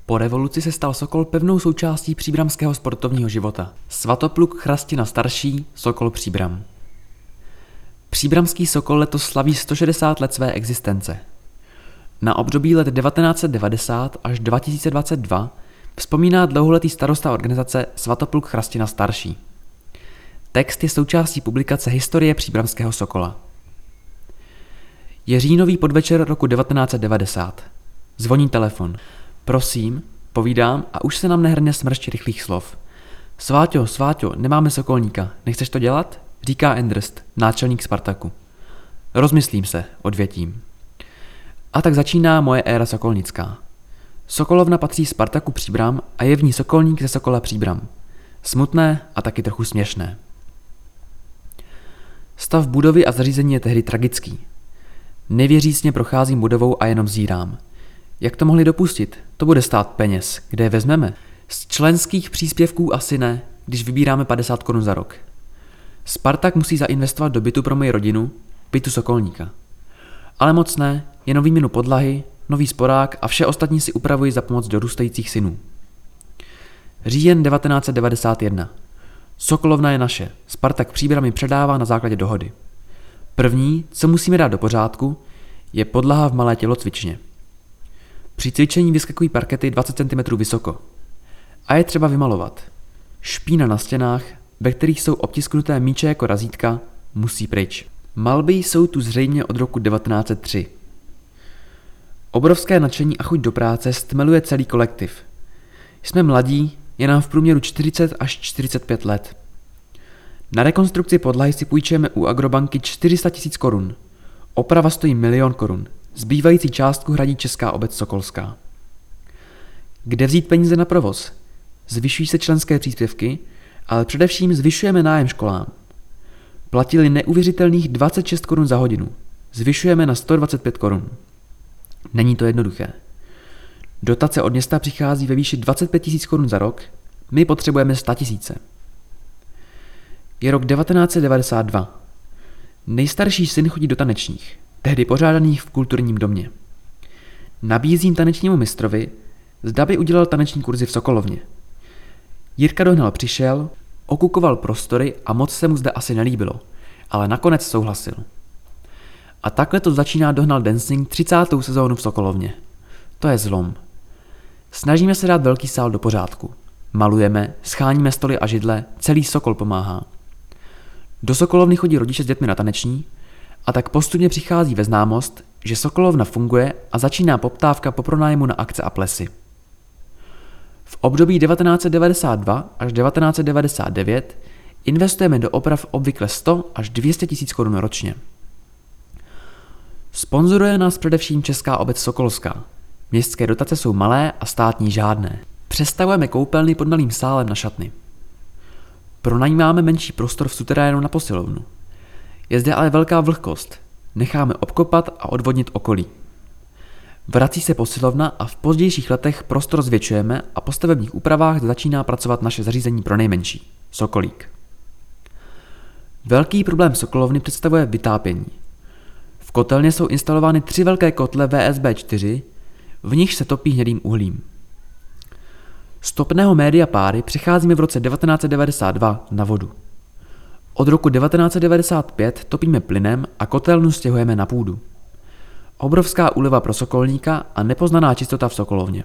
Po revoluci se stal Sokol pevnou součástí příbramského sportovního života. Svatopluk Chrastina starší, Sokol Příbram. Příbramský Sokol letos slaví 160 let své existence. Na období let 1990 až 2022 vzpomíná dlouholetý starosta organizace Svatopluk Chrastina starší. Text je součástí publikace Historie příbramského Sokola. Je říjnový podvečer roku 1990. Zvoní telefon. Prosím, povídám a už se nám nehrne smršť rychlých slov. Sváťo, nemáme sokolníka, nechceš to dělat? Říká Endrst, náčelník Spartaku. Rozmyslím se, odvětím. A tak začíná moje éra sokolnická. Sokolovna patří Spartaku Příbram a je v ní sokolník ze Sokola Příbram. Smutné a taky trochu směšné. Stav budovy a zařízení je tehdy tragický. Nevěřícně procházím budovou a jenom zírám. Jak to mohli dopustit? To bude stát peněz. Kde je vezmeme? Z členských příspěvků asi ne, když vybíráme 50 korun za rok. Spartak musí zainvestovat do bytu pro moji rodinu, bytu sokolníka. Ale moc ne, jenom výměnu podlahy, nový sporák a vše ostatní si upravuji za pomoc dorůstajících synů. Říjen 1991. Sokolovna je naše, Spartak Příbram mi předává na základě dohody. První, co musíme dát do pořádku, je podlaha v malé tělocvičně. Při cvičení vyskakují parkety 20 cm vysoko. A je třeba vymalovat. Špína na stěnách, ve kterých jsou obtisknuté míče jako razítka, musí pryč. Malby jsou tu zřejmě od roku 1903. Obrovské nadšení a chuť do práce stmeluje celý kolektiv. Jsme mladí, je nám v průměru 40 až 45 let. Na rekonstrukci podlahy si půjčujeme u Agrobanky 400 000 korun. Oprava stojí 1 000 000 korun. Zbývající částku hradí Česká obec Sokolská. Kde vzít peníze na provoz? Zvyšují se členské příspěvky, ale především zvyšujeme nájem školám. Platili neuvěřitelných 26 korun za hodinu. Zvyšujeme na 125 korun. Není to jednoduché. Dotace od města přichází ve výši 25 000 korun za rok, my potřebujeme 100 000. Je rok 1992. Nejstarší syn chodí do tanečních, tehdy pořádaných v kulturním domě. Nabízím tanečnímu mistrovi, zda by udělal taneční kurzy v Sokolovně. Jirka Dohnal přišel, okukoval prostory a moc se mu zde asi nelíbilo, ale nakonec souhlasil. A takhle to začíná Dohnal Dancing 30. sezónu v Sokolovně. To je zlom. Snažíme se dát velký sál do pořádku. Malujeme, scháníme stoly a židle, celý Sokol pomáhá. Do Sokolovny chodí rodiče s dětmi na taneční a tak postupně přichází ve známost, že Sokolovna funguje a začíná poptávka po pronájmu na akce a plesy. V období 1992 až 1999 investujeme do oprav obvykle 100 až 200 000 korun ročně. Sponzoruje nás především Česká obec Sokolská. Městské dotace jsou malé a státní žádné. Přestavujeme koupelny pod malým sálem na šatny. Pronajímáme menší prostor v suterénu na posilovnu. Je zde ale velká vlhkost. Necháme obkopat a odvodnit okolí. Vrací se posilovna a v pozdějších letech prostor zvětšujeme a po stavebních úpravách začíná pracovat naše zařízení pro nejmenší, Sokolík. Velký problém Sokolovny představuje vytápění. V kotelně jsou instalovány 3 velké kotle VSB4, v nichž se topí hnědým uhlím. Z topného média páry přecházíme v roce 1992 na vodu. Od roku 1995 topíme plynem a kotelnu stěhujeme na půdu. Obrovská úleva pro sokolníka a nepoznaná čistota v Sokolovně.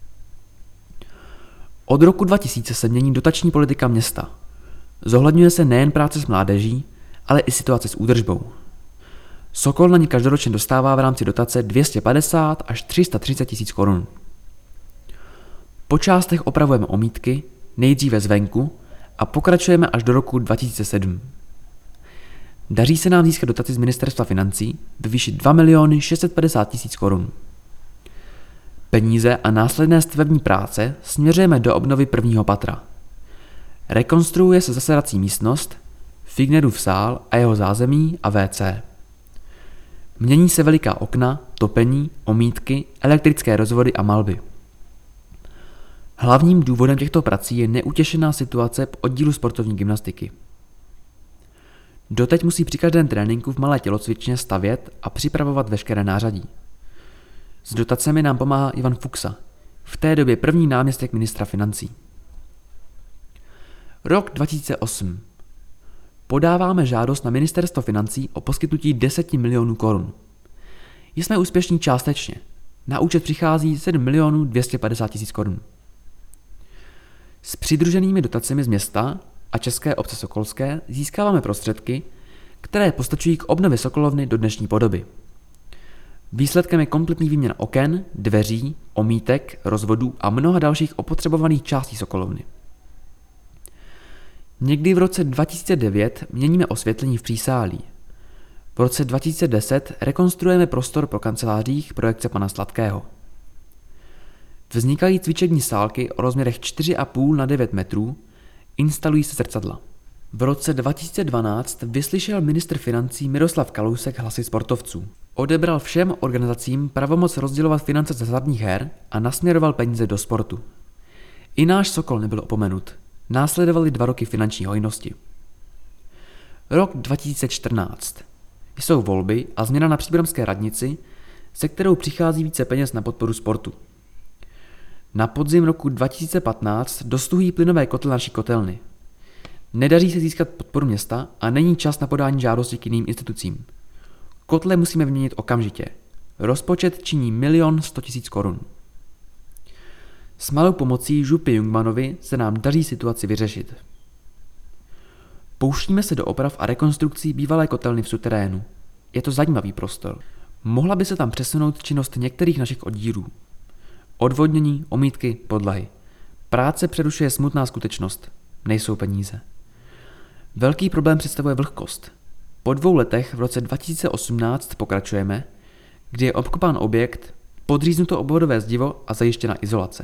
Od roku 2000 se mění dotační politika města. Zohledňuje se nejen práce s mládeží, ale i situace s údržbou. Sokol na ní každoročně dostává v rámci dotace 250 až 330 000 korun. Po částech opravujeme omítky, nejdříve zvenku, a pokračujeme až do roku 2007. Daří se nám získat dotaci z Ministerstva financí ve výši 2 650 000 korun. Peníze a následné stavební práce směřujeme do obnovy prvního patra. Rekonstruuje se zasedací místnost, Fignerův sál a jeho zázemí a WC. Mění se veliká okna, topení, omítky, elektrické rozvody a malby. Hlavním důvodem těchto prací je neutěšená situace v oddílu sportovní gymnastiky. Doteď musí při každém tréninku v malé tělocvičně stavět a připravovat veškeré nářadí. S dotacemi nám pomáhá Ivan Fuxa, v té době první náměstek ministra financí. Rok 2008. Podáváme žádost na ministerstvo financí o poskytnutí 10 milionů korun. Jsme úspěšní částečně. Na účet přichází 7 milionů 250 tisíc korun. S přidruženými dotacemi z města a České obce sokolské získáváme prostředky, které postačují k obnově sokolovny do dnešní podoby. Výsledkem je kompletní výměna oken, dveří, omítek, rozvodů a mnoha dalších opotřebovaných částí sokolovny. Někdy v roce 2009 měníme osvětlení v přísálí. V roce 2010 rekonstruujeme prostor po kancelářích projekce pana Sladkého. Vznikají cvičební sálky o rozměrech 4,5 na 9 metrů, instalují se zrcadla. V roce 2012 vyslyšel ministr financí Miroslav Kalousek hlasy sportovců. Odebral všem organizacím pravomoc rozdělovat finance z hazardních her a nasměroval peníze do sportu. I náš Sokol nebyl opomenut. Následovaly 2 roky finanční hojnosti. Rok 2014. Jsou volby a změna na příbramské radnici, se kterou přichází více peněz na podporu sportu. Na podzim roku 2015 dostuhují plynové kotle naší kotelny. Nedaří se získat podporu města a není čas na podání žádosti k jiným institucím. Kotle musíme vyměnit okamžitě. Rozpočet činí 1 100 000 korun. S malou pomocí župy Jungmanovi se nám daří situaci vyřešit. Pouštíme se do oprav a rekonstrukcí bývalé kotelny v suterénu. Je to zajímavý prostor. Mohla by se tam přesunout činnost některých našich oddílů. Odvodnění, omítky, podlahy. Práce přerušuje smutná skutečnost. Nejsou peníze. Velký problém představuje vlhkost. Po 2 letech v roce 2018 pokračujeme, kdy je obkopán objekt, podříznuto obvodové zdivo a zajištěna izolace.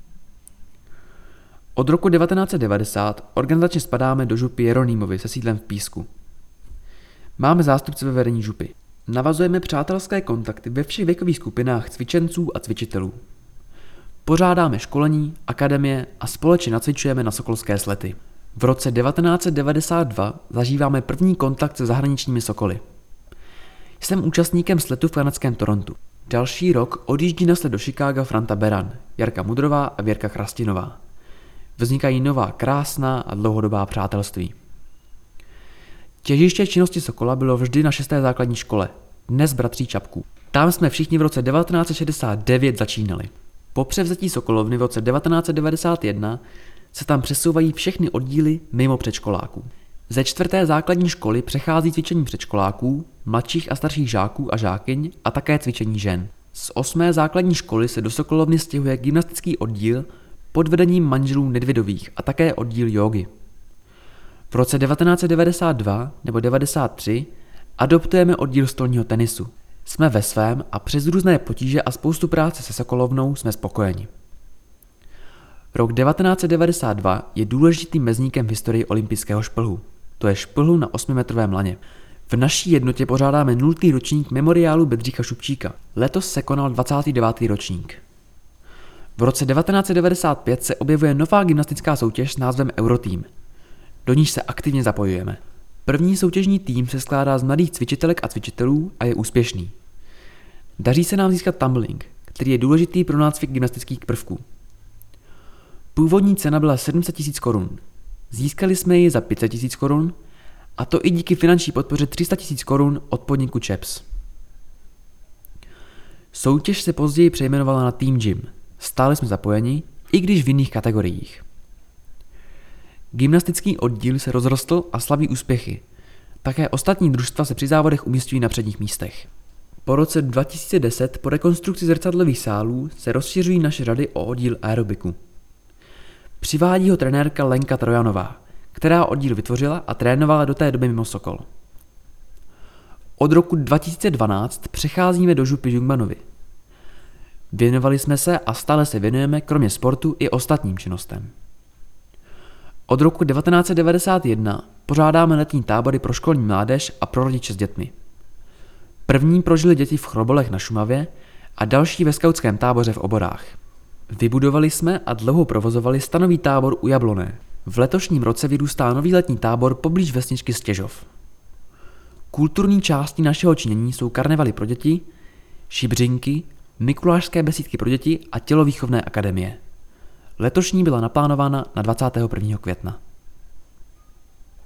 Od roku 1990 organizačně spadáme do župy Jeronýmovy se sídlem v Písku. Máme zástupce ve vedení župy. Navazujeme přátelské kontakty ve všech věkových skupinách cvičenců a cvičitelů. Pořádáme školení, akademie a společně nacvičujeme na sokolské slety. V roce 1992 zažíváme první kontakt se zahraničními sokoly. Jsem účastníkem sletu v kanadském Torontu. Další rok odjíždí na sled do Chicaga Franta Beran, Jarka Mudrová a Věrka Chrastinová. Vznikají nová krásná a dlouhodobá přátelství. Těžiště činnosti Sokola bylo vždy na 6. základní škole, dnes Bratří Čapků. Tam jsme všichni v roce 1969 začínali. Po převzetí Sokolovny v roce 1991 se tam přesouvají všechny oddíly mimo předškoláků. Ze 4. základní školy přechází cvičení předškoláků, mladších a starších žáků a žákyň a také cvičení žen. Z 8. základní školy se do Sokolovny stěhuje gymnastický oddíl pod vedením manželů Nedvědových a také oddíl jógy. V roce 1992 nebo 1993 adoptujeme oddíl stolního tenisu. Jsme ve svém a přes různé potíže a spoustu práce se Sokolovnou jsme spokojeni. Rok 1992 je důležitým mezníkem v historii olympijského šplhu. To je šplhu na 8metrovém laně. V naší jednotě pořádáme 0. ročník memoriálu Bedřicha Šupčíka. Letos se konal 29. ročník. V roce 1995 se objevuje nová gymnastická soutěž s názvem Euroteam. Do níž se aktivně zapojujeme. První soutěžní tým se skládá z mladých cvičitelek a cvičitelů a je úspěšný. Daří se nám získat tumbling, který je důležitý pro nácvik gymnastických prvků. Původní cena byla 700 000 korun. Získali jsme ji za 500 000 korun, a to i díky finanční podpoře 300 000 korun od podniku ČEPS. Soutěž se později přejmenovala na Team Gym. Stále jsme zapojeni, i když v jiných kategoriích. Gymnastický oddíl se rozrostl a slaví úspěchy. Také ostatní družstva se při závodech umísťují na předních místech. Po roce 2010 po rekonstrukci zrcadlových sálů se rozšiřují naše řady o oddíl aerobiku. Přivádí ho trenérka Lenka Trojanová, která oddíl vytvořila a trénovala do té doby mimo Sokol. Od roku 2012 přecházíme do župy Jungmanovi. Věnovali jsme se a stále se věnujeme kromě sportu i ostatním činnostem. Od roku 1991 pořádáme letní tábory pro školní mládež a pro rodiče s dětmi. První prožili děti v Chrobolech na Šumavě a další ve skautském táboře v Oborách. Vybudovali jsme a dlouho provozovali stanový tábor u Jabloné. V letošním roce vyrůstá nový letní tábor poblíž vesničky Stěžov. Kulturní částí našeho činění jsou karnevaly pro děti, šibřinky, Mikulášské besídky pro děti a tělovýchovné akademie. Letošní byla naplánována na 21. května.